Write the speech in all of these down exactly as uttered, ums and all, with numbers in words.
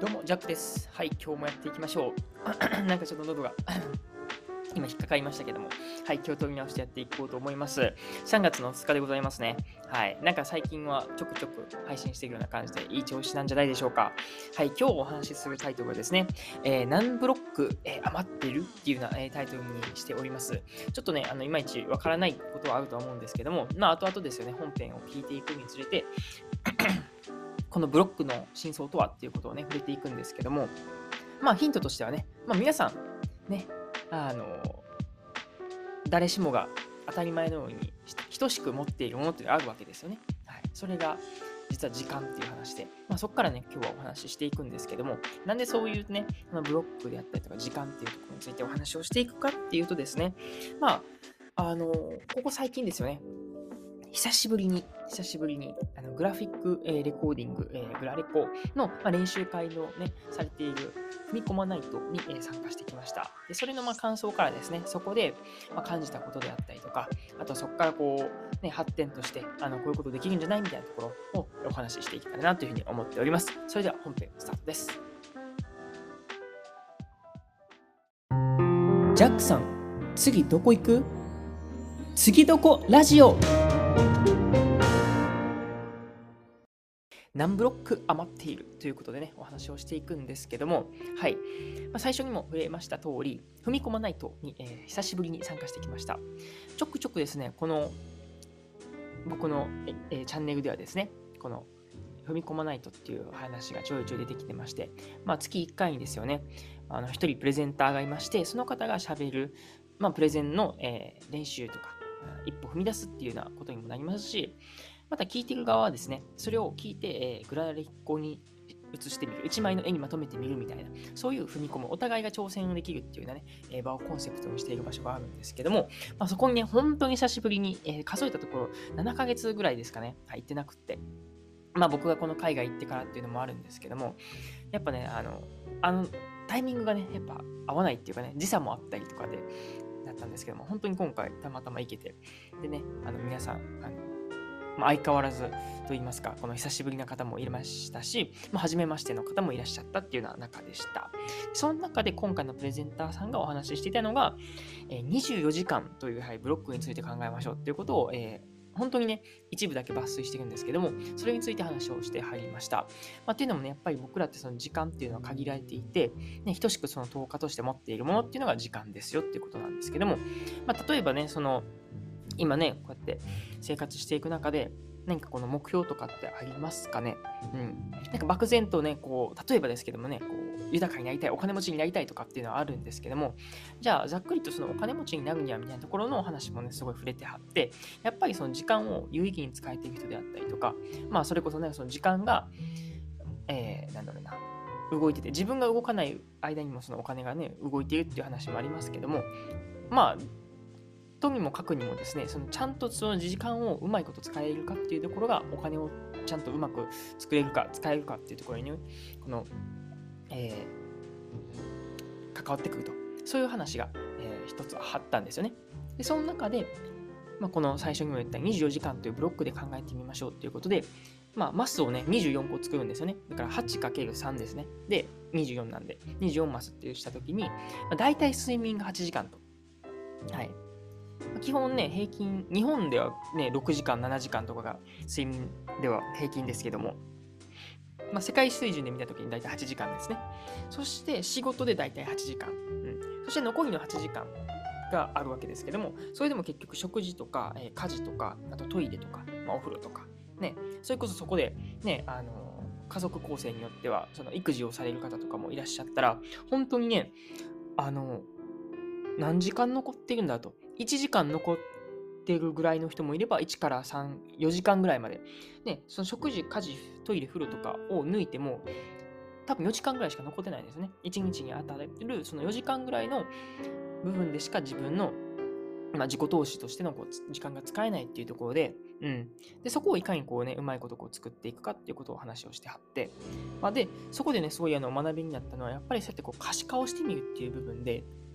どうも、ジャックです。はい、今日もやっていきましょう。なんかちょっと喉が今引っかかりましたけども、はい、今日取り直してやっていこうと思います。さんがつのふつかでございますね。はい、なんか最近はちょくちょく配信しているような感じでいい調子なんじゃないでしょうか。はい、今日お話しするタイトルはですね、えー何ブロック、えー余ってるっていうような、えータイトルにしております。ちょっとね、あのいまいちわからないことはあるとは思うんですけども、まあ後々ですよね、本編を聞いていくにつれて、このブロックの真相とはっていうことをね、触れていくんですけども、まあヒントとしてはね、まあ皆さん、ね、あの、誰しもが当たり前のように等しく持っているものってあるわけですよね。はい。それが実は時間っていう話で、まあ、そこからね、今日はお話ししていくんですけども、なんでそういうね、あのブロックであったりとか時間っていうところについてお話をしていくかっていうとですね、まあ、あの、ここ最近ですよね、久しぶりに、久しぶりに、あのグラフィック、えーレコーディング、えーグラレコの、まあ、練習会のね、されている踏み込まないとに、えー参加してきました。で、それのまあ感想からですね、そこで、まあ、感じたことであったりとか、あとそこからこう、ね、発展として、あの、こういうことできるんじゃないみたいなところをお話ししていけたらなというふうに思っております。それでは本編スタートです。ジャックさん、次どこ行く？次どこラジオ。何ブロック余っているということでね、お話をしていくんですけども、はい。まあ、最初にも触れました通り、踏み込まないとに、えー久しぶりに参加してきました。ちょくちょくですね、この僕のええーチャンネルではですね、この踏み込まないとっていう話がちょいちょい出てきてまして、まあ、月いっかいにですよね、あの一人プレゼンターがいまして、その方が喋る、まあ、プレゼンの、えー練習とか、一歩踏み出すっていうようなことにもなりますし、また聞いている側はですね、それを聞いて、えーグラレコに移してみる、一枚の絵にまとめてみるみたいな、そういう踏み込む、お互いが挑戦できるっていうようなね、えー場をコンセプトにしている場所があるんですけども、まあ、そこにね、本当に久しぶりに、えー数えたところ、ななかげつぐらいですかね、はい、行ってなくって、まあ僕がこの海外行ってからっていうのもあるんですけども、やっぱね、あの、あの、タイミングがね、やっぱ合わないっていうかね、時差もあったりとかで、だったんですけども、本当に今回たまたま行けて、でね、あの皆さん、あの、まあ、相変わらずと言いますか、この久しぶりな方もいましたし、まあ、初めましての方もいらっしゃったっていうような中でした。その中で今回のプレゼンターさんがお話ししていたのが、えーにじゅうよじかんという、はい、ブロックについて考えましょうっていうことを、えー本当にね、一部だけ抜粋してるんですけども、それについて話をして入りました。まあ、っていうのもね、やっぱり僕らってその時間っていうのは限られていて、ね、等しくそのとおかとして持っているものっていうのが時間ですよっていうことなんですけども、まあ、例えばね、その、今ね、こうやって生活していく中で、何かこの目標とかってありますかね？うん。なんか漠然とね、こう、例えばですけどもね、こう、豊かになりたい、お金持ちになりたいとかっていうのはあるんですけども、じゃあ、ざっくりとそのお金持ちになるにはみたいなところのお話もね、すごい触れてはって、やっぱりその時間を有意義に使えている人であったりとか、まあ、それこそね、その時間が、えー、なんだろうな、動いてて、自分が動かない間にもそのお金がね、動いているっていう話もありますけども、まあ、とにもかくにもですね、そのちゃんとその時間をうまいこと使えるかっていうところが、お金をちゃんとうまく作れるか、使えるかっていうところにね、この、えー関わってくると。そういう話が、えー一つあったんですよね。で、その中で、まあ、この最初にも言ったにじゅうよじかんというブロックで考えてみましょうということで、まあ、マスをね、にじゅうよんこ作るんですよね。だから はちかけるさん ですね。で、にじゅうよんなんで、にじゅうよんマスっていうしたときに、まあ、大体睡眠がはちじかんと。はい。基本ね、平均、日本ではね、ろくじかん、ななじかんとかが睡眠では平均ですけども、まあ、世界水準で見たときに大体はちじかんですね。そして仕事で大体はちじかん。うん、そして残りのはちじかんがあるわけですけども、それでも結局食事とか、えー家事とか、あとトイレとか、まあ、お風呂とか、ね、それこそそこで、ね、あのー家族構成によっては、その育児をされる方とかもいらっしゃったら、本当にね、あのー何時間残ってるんだと。いちじかん残ってるぐらいの人もいれば、いちからさん、よじかんぐらいまで。ね、その食事、家事、トイレ、風呂とかを抜いても、多分よじかんぐらいしか残ってないんですね。いちにちに与えてるそのよじかんぐらいの部分でしか自分の、まあ、自己投資としてのこう時間が使えないっていうところで、うん。で、そこをいかにこうね、うまいことこう作っていくかっていうことを話をしてはって、まあ、で、そこでね、すごいあの学びになったのは、やっぱりそうやってこう可視化をしてみるっていう部分で、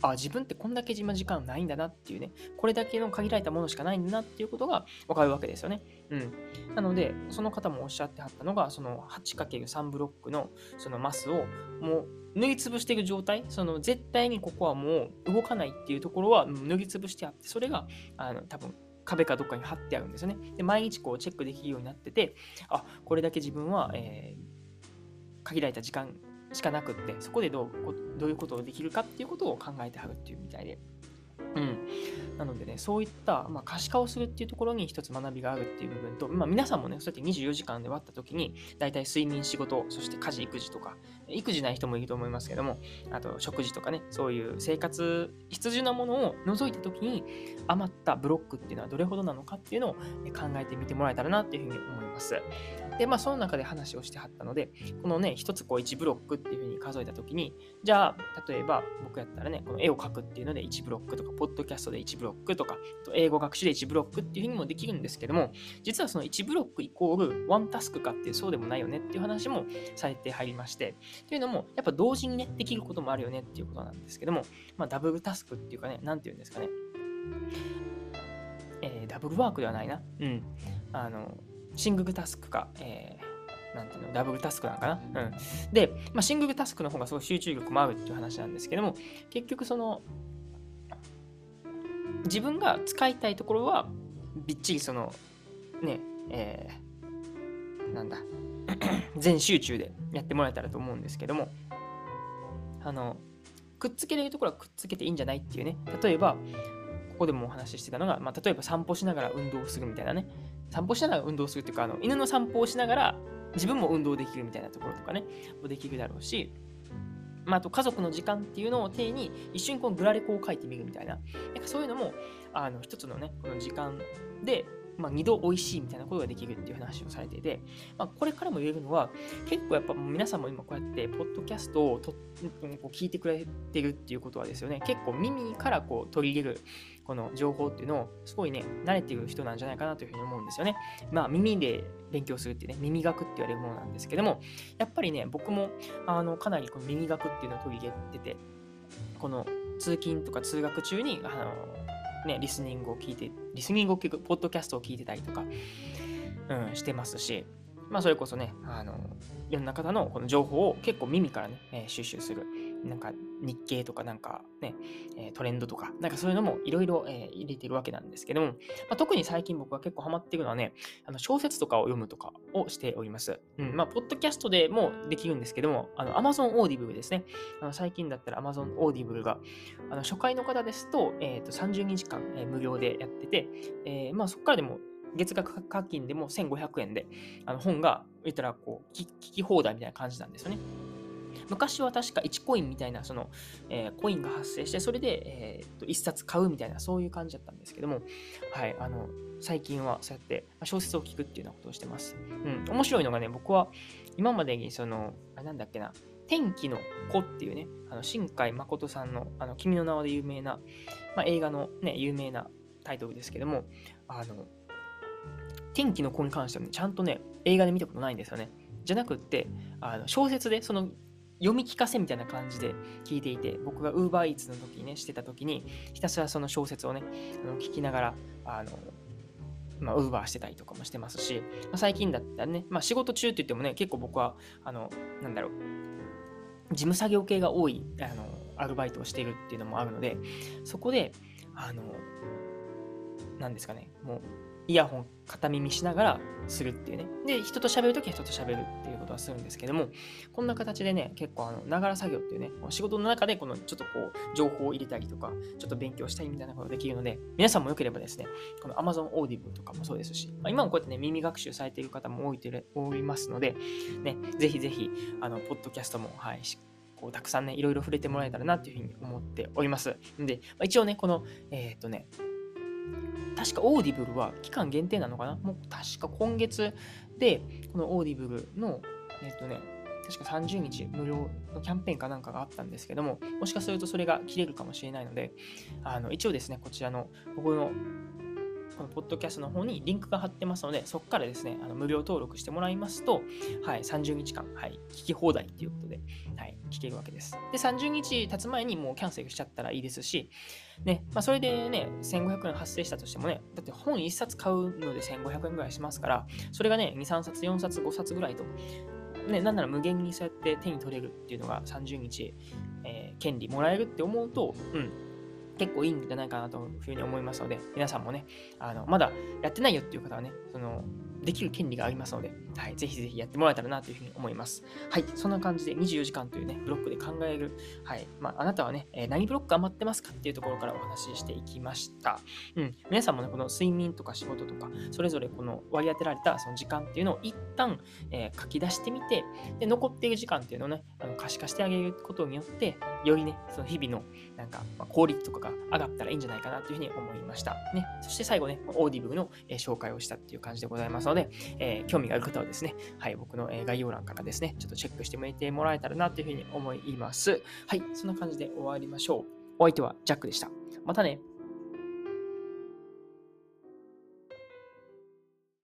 あ、自分ってこんだけ今時間ないんだなっていうね、これだけの限られたものしかないんだなっていうことがわかるわけですよね。うん。なので、その方もおっしゃってはったのが、その はちかけるさん ブロックのそのマスをもう塗りつぶしている状態、その絶対にここはもう動かないっていうところは塗りつぶしてあって、それがあの多分壁かどっかに貼ってあるんですよね。で、毎日こうチェックできるようになってて、あ、これだけ自分は、えー限られた時間しかなくって、そこでどうどういうことをできるかっていうことを考えてはるっていうみたいで。うん。なのでね、そういった、まあ、可視化をするっていうところに一つ学びがあるっていう部分と、まあ、皆さんもね、そうやってにじゅうよじかんで割ったときに、だいたい睡眠、仕事、そして家事、育児とか、育児ない人もいると思いますけども、あと食事とかね、そういう生活必需なものを除いたときに、余ったブロックっていうのはどれほどなのかっていうのを考えてみてもらえたらなっていうふうに思います。で、まあ、その中で話をしてはったので、このね、一つこういちブロックっていうふうに数えたときに、じゃあ、例えば僕やったらね、この絵を描くっていうのでいちブロックとか、ポッドキャストでいちブロックとか、英語学習でいちブロックっていうふうにもできるんですけども、実はそのいちブロックイコールワンタスクかっていうそうでもないよねっていう話もされて入りまして、というのも、やっぱ同時にね、できることもあるよねっていうことなんですけども、まあ、ダブルタスクっていうかね、なんていうんですかね、えー、ダブルワークではないな。うん。あの、シングルタスクか、えー、なんていうの、ダブルタスクなのかな。うん。で、まあ、シングルタスクの方がすごい集中力もあるっていう話なんですけども、結局その、自分が使いたいところは、びっちりその、ね、えー、なんだ、全集中でやってもらえたらと思うんですけども、あの、くっつけれるところはくっつけていいんじゃないっていうね。例えば、ここでもお話ししてたのが、まあ、例えば散歩しながら運動するみたいなね。散歩しながら運動するっていうか、あの犬の散歩をしながら自分も運動できるみたいなところとかね、もできるだろうし、まあ、あと家族の時間っていうのを手に一緒にこのグラレコを書いてみるみたいな、なんかそういうのもあの一つのね、この時間で、まあ、二度美味しいみたいなことができるっていう話をされていて、まあ、これからも言えるのは、結構やっぱ皆さんも今こうやってポッドキャストをとこう聞いてくれてるっていうことはですよね、結構耳からこう取り入れるこの情報っていうのをすごいね、慣れている人なんじゃないかなというふうに思うんですよね。まあ耳で勉強するっていうね、耳学って言われるものなんですけども、やっぱりね、僕もあのかなりこの耳学っていうのを取り入れてて、この通勤とか通学中にあのね、リスニングを聞いて、リスニングを聞く、ポッドキャストを聞いてたりとか、うん、してますし、まあそれこそね、あの、いろんな方のこの情報を結構耳からね、えー収集する。なんか日経とかなんかね、えートレンドとか、なんかそういうのもいろいろ入れてるわけなんですけども、まあ、特に最近僕は結構ハマっているのはね、あの小説とかを読むとかをしております。うん、まあ、ポッドキャストでもできるんですけども、あの、Amazon Audible ですね。あの最近だったら Amazon Audible が、あの初回の方ですと、えーとさんじゅうにじかん、えー無料でやってて、えーまあ、そこからでも月額課金でもせんごひゃくえんで、あの本が言ったらこう聞き放題みたいな感じなんですよね。昔は確かいちコインみたいな、その、えーコインが発生して、それで、えーといっさつ買うみたいな、そういう感じだったんですけども、はい、あの、最近はそうやってまあ小説を聞くっていうようなことをしてます。うん、面白いのがね、僕は今までにその、あなんだっけな、天気の子っていうね、あの新海誠さんの、あの、君の名はで有名な、まあ、映画のね、有名なタイトルですけども、あの、天気の子に関してはね、ちゃんとね、映画で見たことないんですよね。じゃなくって、あの小説でその読み聞かせみたいな感じで聞いていて、僕が UberEats の時にね、してた時に、ひたすらその小説をね、あの聞きながら、あの、まあ、Uber してたりとかもしてますし、まあ、最近だったらね、まあ、仕事中って言ってもね、結構僕は、あの、なんだろう、事務作業系が多い、あの、アルバイトをしているっていうのもあるので、そこで、あの、なんですかね、もう、イヤホン片耳しながらするっていうね。で、人と喋るときは人と喋るっていうことはするんですけども、こんな形でね、結構あの、ながら作業っていうね、仕事の中でこのちょっとこう、情報を入れたりとか、ちょっと勉強したりみたいなことができるので、皆さんもよければですね、この Amazon Audible とかもそうですし、まあ、今もこうやってね、耳学習されている方も多いておりますので、ね、ぜひぜひ、あの、ポッドキャストも、はい、こうたくさんね、いろいろ触れてもらえたらなというふうに思っております。で、まあ、一応ね、この、えーっとね、確かオーディブルは期間限定なのかな、もう確か今月で、このオーディブルの、えっとね、確かさんじゅうにち無料のキャンペーンかなんかがあったんですけども、もしかするとそれが切れるかもしれないので、あの一応ですね、こちらの僕のここのポッドキャストの方にリンクが貼ってますので、そこからですね、あの無料登録してもらいますと、はい、さんじゅうにちかん、はい、聞き放題ということで、はい、聞けるわけです。で、さんじゅうにち経つ前にもうキャンセルしちゃったらいいですし、ね、まあ、それでね、せんごひゃくえん発生したとしてもね、だって本いっさつ買うのでせんごひゃくえんぐらいしますから、それがね、に、さんさつ、よんさつ、ごさつぐらいと、ね、なんなら無限にそうやって手に取れるっていうのがさんじゅうにち、えー権利もらえるって思うと、うん、結構いいんじゃないかなというふうに思いますので、皆さんもね、あのまだやってないよっていう方はね、そのできる権利がありますので、はい、ぜひぜひやってもらえたらなというふうに思います。はい、そんな感じでにじゅうよじかんというね、ブロックで考える、はい、まあ、あなたはね、えー何ブロック余ってますかっていうところからお話ししていきました。うん、皆さんもね、この睡眠とか仕事とか、それぞれこの割り当てられたその時間っていうのを一旦、えー書き出してみて、で、残っている時間っていうのをね、あの可視化してあげることによって、よりね、その日々のなんか、まあ、効率とかが上がったらいいんじゃないかなというふうに思いました。ね、そして最後ね、オーディブルの、えー紹介をしたっていう感じでございますので、えー興味がある方はですね、はい、僕の、えー概要欄からですね、ちょっとチェックしてみてもらえたらなというふうに思います。はい、そんな感じで終わりましょう。お相手はジャックでした。またね。